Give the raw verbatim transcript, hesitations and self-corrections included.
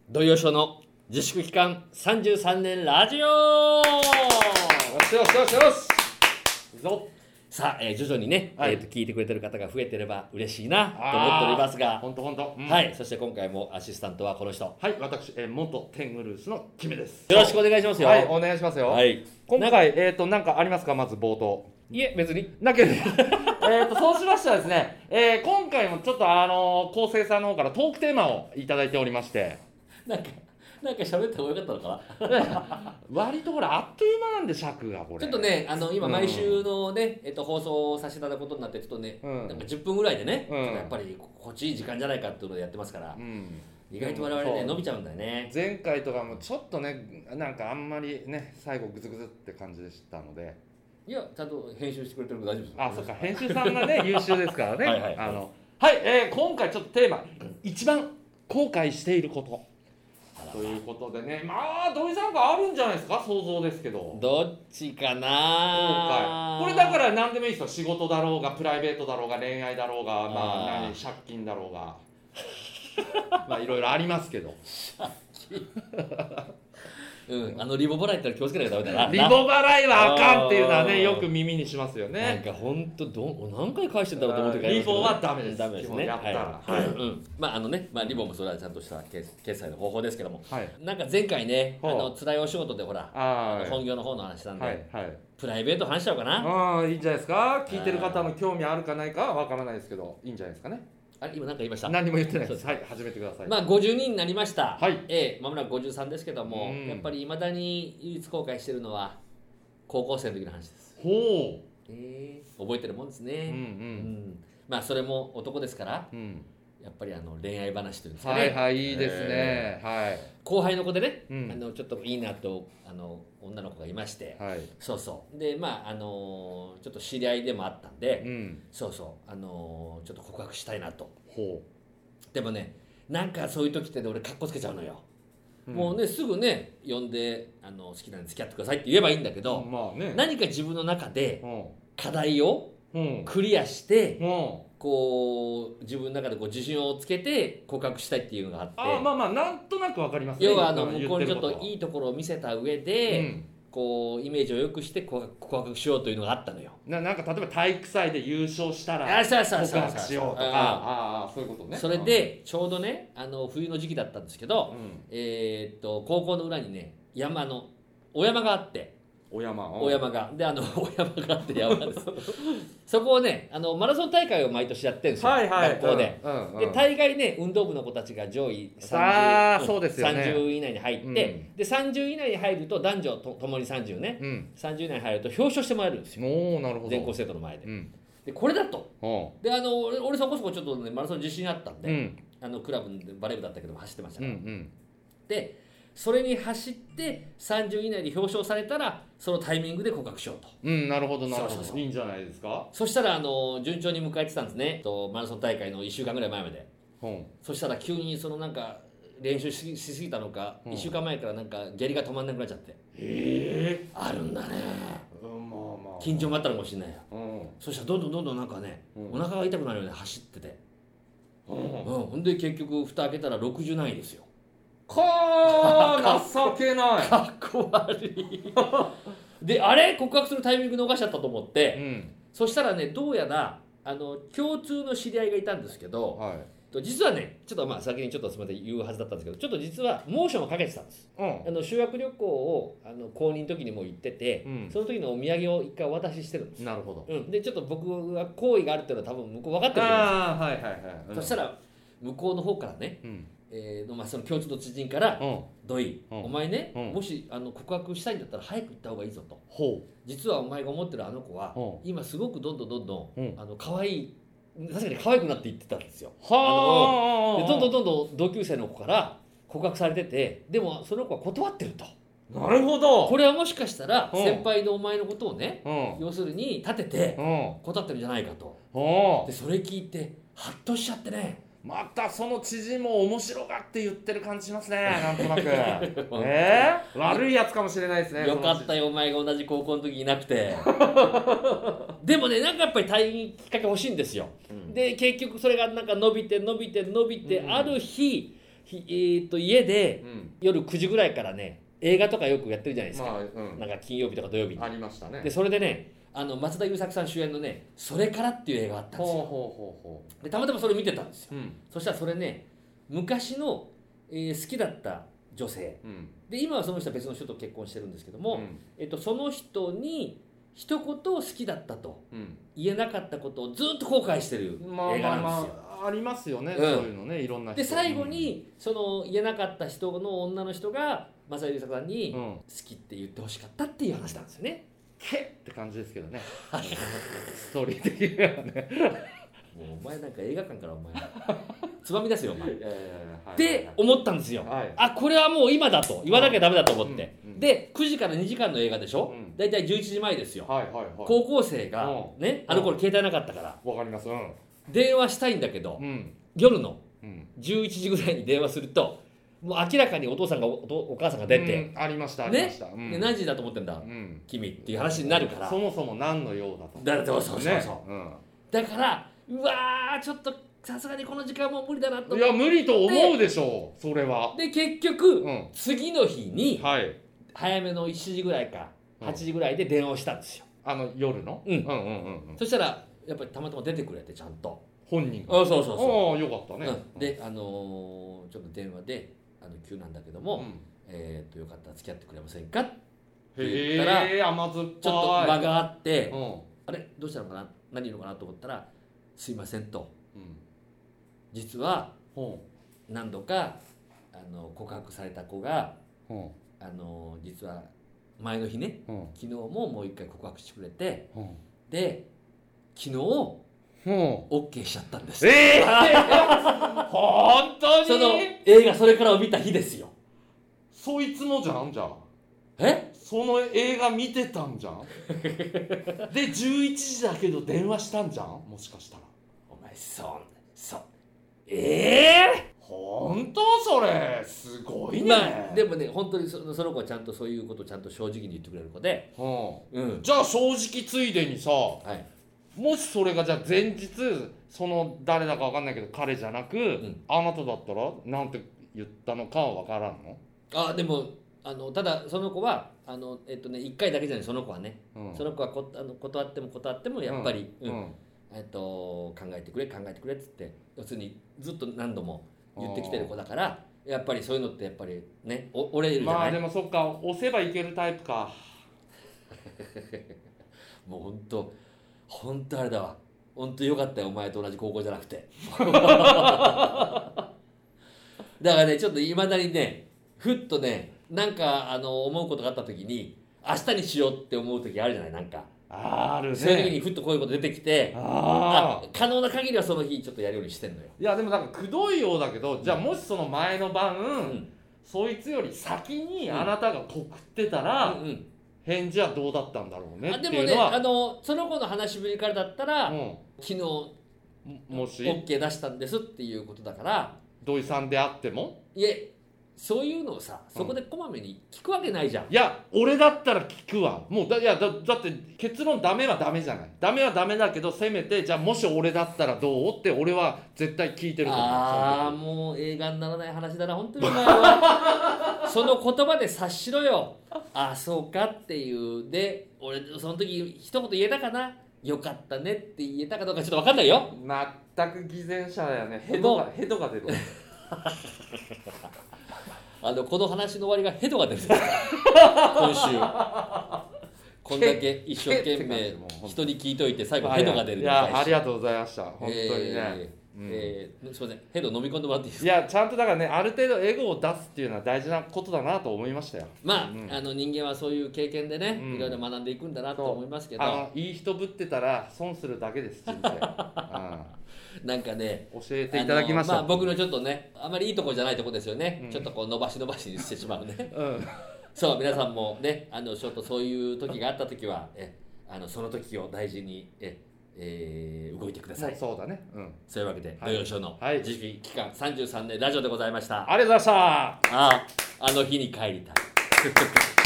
土曜ショーの自粛期間さんじゅうさんねんラジオ。 よしよしよしよしいいぞ。 さあ、えー、徐々にね、 はいえー、と聞いてくれてる方が増えてれば嬉しいなと思っておりますが、 ほんとほんと、うん、 はい、そして今回もアシスタントはこの人、よはい、私、えー、元テングルースのキメです。 ろしくお願いしますよ。 はい、お願いしますよ。 はい、 今回、えーと、なんかありますか、まず冒頭。 いえ、別にだけど、えーと、そうしましたらですね、えー、今回もちょっとあのー、構成さんの方からトークテーマをいただいておりまして、 なんかなんか喋った方がよかったのかな割とほら、あっという間なんで、尺がこれ。 ちょっとね、あの今毎週のね、えっと、放送させていただくことになって、ちょっとね、 うん、 なんかじゅっぷんぐらいでね、 うん、 ちょっとやっぱりこっちいい時間じゃないかっていうのでやってますから、 うん、 意外と我々ね、伸びちゃうんだよね。 前回とかもちょっとね、なんかあんまりね、最後グズグズって感じでしたので。 いや、ちゃんと編集してくれてるから大丈夫です。 あ、そうか、編集さんがね優秀ですからね。 はいはい、 あのはい、えー、今回ちょっとテーマ、一番後悔していることということでね、まあ土井さんがあるんじゃないですか、想像ですけど。 どっちかな。 後悔、これだから何でもいいですよ。仕事だろうがプライベートだろうが恋愛だろうが、まああ何借金だろうがまあいろいろありますけどうん、あのリボ払いってのは気をつけなきゃダメだな。 リボ払いはあかんっていうのはあーね、よく耳にしますよね。 なんか本当どう何回返してんだろうと思ってからリボはダメです。 ダメですね。 やったら、 はい、はい、うん、まああのね、まあリボもそれはちゃんとした決決済の方法ですけども、 はい、 なんか前回ね、あほうの辛いお仕事でほら、 あ本業の方の話したんで、 はいはい、 プライベート話しちゃおうかな。 ああ、いいんじゃないですか。聞いてる方の興味あるかないかはわからないですけど、いいんじゃないですかね。 あれ今何か言いました？ 何も言ってないです。 そうはい、始めてください。 まあごじゅうにんになりました。 はい。 ええ、まもなくごじゅうさんですけども、 うん、 やっぱりいまだに唯一後悔してるのは高校生の時の話です。 ほう。 ええ、覚えてるもんですね。 うんうん。 うん、まあそれも男ですから、 うん、 やっぱりあの恋愛話というんですかね。 はいはい、いいですね。 えー、はい。 後輩の子でね、 うん、 あのちょっといいなとあの女の子がいまして、 はい。 そうそうでまああのちょっと知り合いでもあったんで、 うん、 そうそうあのちょっと告白したいなと。 ほう。でもね、なんかそういう時って俺カッコつけちゃうのよ。 う。 もうねすぐね呼んであの好きなんで付き合ってくださいって言えばいいんだけど、 うん、まあね。 何か自分の中でうん、 課題をうん、 クリアして、 うん。 こう自分の中でこう自信をつけて告白したいっていうのがあって、 あ、まあまあ、なんとなくわかりますね。 要はあのうん向こうにちょっと言てることいいところを見せた上で、 うん、 こうイメージを良くして告白告白しようというのがあったのよ。 ななんか例えば体育祭で優勝したらあ、そうそう告そうそう白しようとか、 うんああ、そういうことね。 それでちょうどねあの冬の時期だったんですけど、 うん、 えーっと高校の裏にね山のお山があって、 お山、うん、 お山がであのお山があって山ですそこをねあのマラソン大会を毎年やってるんですよ、 はいはい、 学校で。 うんうんうん、 で大概ね運動部の子たちが上位あーさんじゅう、 そうですよねさんじゅう以内に入って、 うん、 でさんじゅう以内に入ると男女とともにさんじゅうね、 うん、 さんじゅう以内に入ると表彰してもらえるんですよ。 おー、なるほど。 全校生徒の前で、 うん、 でこれだと。 おであの俺俺そこそこちょっとねマラソン自信あったんで、 うん、 あのクラブでバレー部だったけども走ってましたから、 うんうん、 でそれに走ってさんじゅう以内で表彰されたらそのタイミングで告白しようと。 うん、なるほどなるほど。 そうそうそういいんじゃないですか。 そしたらあの順調に迎えてたんですねとマラソン大会のいっしゅうかんぐらい前まで。 うん、 そしたら急にそのなんか練習ししすぎたのか、 うん、 いっしゅうかんまえからなんか下痢が止まんなくなっちゃって。 へえ、 あるんだね、 うん、まあまあ緊張もあったのかもしれないよ。 うん、 そしたらどんどんどんどんなんかね、 うん、 お腹が痛くなるように走ってて、 うん、 うん、ほんで結局蓋開けたらろくじゅう何位ですよ。 かー情けないかっこ悪いであれ告白するタイミング逃しちゃったと思って、 うん、 そしたらねどうやらあの共通の知り合いがいたんですけど、 はい、 実はねちょっとまあ先にちょっとすみません言うはずだったんですけど、ちょっと実はモーションをかけてたんです。 うん、 あの修学旅行をあの公認の時にも行ってて、 うん、 その時のお土産を一回お渡ししてるんです。 なるほど。 うん、でちょっと僕が好意があるっていうのは多分向こう分かってると思うんですよ。 ああ、はいはいはい、 うん、そしたら向こうの方からね、 うん、 えーのまあ、その共通の知人からうん、 「土井、 うん、 お前ね、 うん、 もしあの告白したいんだったら早く行った方がいいぞ」と。 ほ実はお前が思ってるあの子は、 うん、 今すごくどんどんどんどん、 うん、 あの可愛い確かに可愛くなっていってたんですよ。 はあ、 でどんどんどんどん同級生の子から告白されてて、でもその子は断ってると。 なるほど。 これはもしかしたらうん先輩のお前のことをね、 うん、 要するに立ててうん、 断ってるんじゃないかと。 うん、 でそれ聞いてハッとしちゃってね、 またその知人も面白がって言ってる感じしますね、なんとなくえー、悪いやつかもしれないですね。 よかったよお前が同じ高校の時いなくてでもねなんかやっぱり退院きっかけ欲しいんですよ、うん、で結局それがなんか伸びて伸びて伸びて、うん、ある日ひえー、と家でうん夜くじぐらいからね映画とかよくやってるじゃないですか、 まあうんなんか金曜日とか土曜日にありましたねでそれでねあの松田優作さん主演のね「それから」っていう映画があったんですよほうほうほうほでたまたまそれ見てたんですよううんそしたらそれね昔の、えー好きだった女性うんで今はその人は別の人と結婚してるんですけども、 うんえっと、その人に一言好きだったとうん言えなかったことをずっと後悔してるまあまあ映画なんですよ、 まあありますよね、 うんそういうのねいろんな人で最後にその言えなかった人の女の人が松田優作さんにうん、うん、 好きって言ってほしかったっていう話なんですよねけって感じですけどねストーリー的にはねもうお前なんか映画館からお前つまみ出すよお前っいやいやいやはいて思ったんですよ、 はいあこれはもう今だと言わなきゃダメだと思って、 うんうんでくじからにじかんの映画でしょ、 うんだいたいじゅういちじまえですよ、 はいはいはい高校生がうんねあの頃携帯なかったからわかりますうん電話したいんだけどうん夜のうんじゅういちじぐらいに電話するともう明らかにお父さんが お, お母さんが出て、 うんありましたありました、うんで何時だと思ってんだうん君っていう話になるからそもそも何の用だとだそうそうそうそう、 ねだからうわーちょっとさすがにこの時間もう無理だなとうん、い思ってや無理と思うでしょうそれはで結局、 うん次の日にはい早めのしちじぐらいかうんはちじぐらいで電話をしたんですよ、 あの夜の、 うんうんうんうんうんそしたらやっぱりたまたま出てくれてちゃんと本人があそうそうそああよかったう、 ね、 うん、であのーちょっと電話であの急なんだけども、 うんえー、とよかったら付き合ってくれませんかってへ言ったらえ甘酸っぱいちょっと間があって、 うんあれどうしたのかな何言うのかなと思ったらすいませんとうん実はほ何度かあの告白された子がうほあの実は前の日ねうほ昨日ももう一回告白してくれてうほで昨日うほう OK しちゃったんですええ本当にその映画それからを見た日ですよそいつもじゃんじゃあえその映画見てたんじゃんでじゅういちじだけど電話したんじゃんもしかしたらお前そうそうええ本当それすごいね、 まあでもね本当にそその子はちゃんとそういうことをちゃんと正直に言ってくれる子でうんうんじゃあ正直ついでにさはいもしそれがじゃあ前日その誰だか分かんないけど彼じゃなく、 んあなただったらなんて言ったのかは分からんの、 あでもあのただその子はあのえっとねいっかいだけじゃないその子はね、 うんその子はこあの断っても断ってもやっぱり、うんうんえっと考えてくれ考えてくれっつって要するにずっと何度も言ってきてる子だからやっぱりそういうのってやっぱりねお折れるじゃない、 まあでもそっか押せばいけるタイプかもう本当本当あれだわ本当よかったよお前と同じ高校じゃなくてだからねちょっといまだにねふっとねなんかあの思うことがあった時に明日にしようって思う時あるじゃないなんかあるねそういう時にふっとこういうこと出てきてああ可能な限りはその日ちょっとやるようにしてんのよ、 いやでもなんかくどいようだけどじゃあもしその前の晩、 うんそいつより先にあなたが告ってたら、 うんうん返事はどうだったんだろうねってあでもねいうのは、 あのその子の話しぶりからだったら、 うん昨日ももし OK 出したんですっていうことだから土井さんであってもいえそういうのをさそこでこまめに聞くわけないじゃん、 いや俺だったら聞くわもうだいやだだって結論ダメはダメじゃないダメはダメだけどせめてじゃあもし俺だったらどうって俺は絶対聞いてると思うああもう映画にならない話だな本当にお前はその言葉で察しろよああそうかっていうで俺その時一言言えたかなよかったねって言えたかどうかちょっと分かんないよ全く偽善者だよねヘドがヘドが出るあのこの話の終わりがヘドが出る今週こんだけ一生懸命人に聞いといて最後ヘドが出るいやありがとうございました本当にね、 えーうんえーすみませんヘド飲み込んでもらっていいですいかやちゃんとだからねある程度エゴを出すっていうのは大事なことだなと思いましたよまあ、 うんあの人間はそういう経験でね、 うんいろいろ学んでいくんだなと思いますけどあのいい人ぶってたら損するだけです人生、 なんかねうん、教えていただきましたあのまあ、僕のちょっとねあまりいいとこじゃないとこですよね、 うんちょっとこう伸ばし伸ばしにしてしまうねうんそう皆さんもねあのちょっとそういう時があった時はえあのその時を大事にえ、えー動いてくださいそうだね、うん、 そういうわけで、 はい土曜ショーのはい自費期間さんじゅうさんねんラジオでございました、 ありがとうございましたあああの日に帰りたい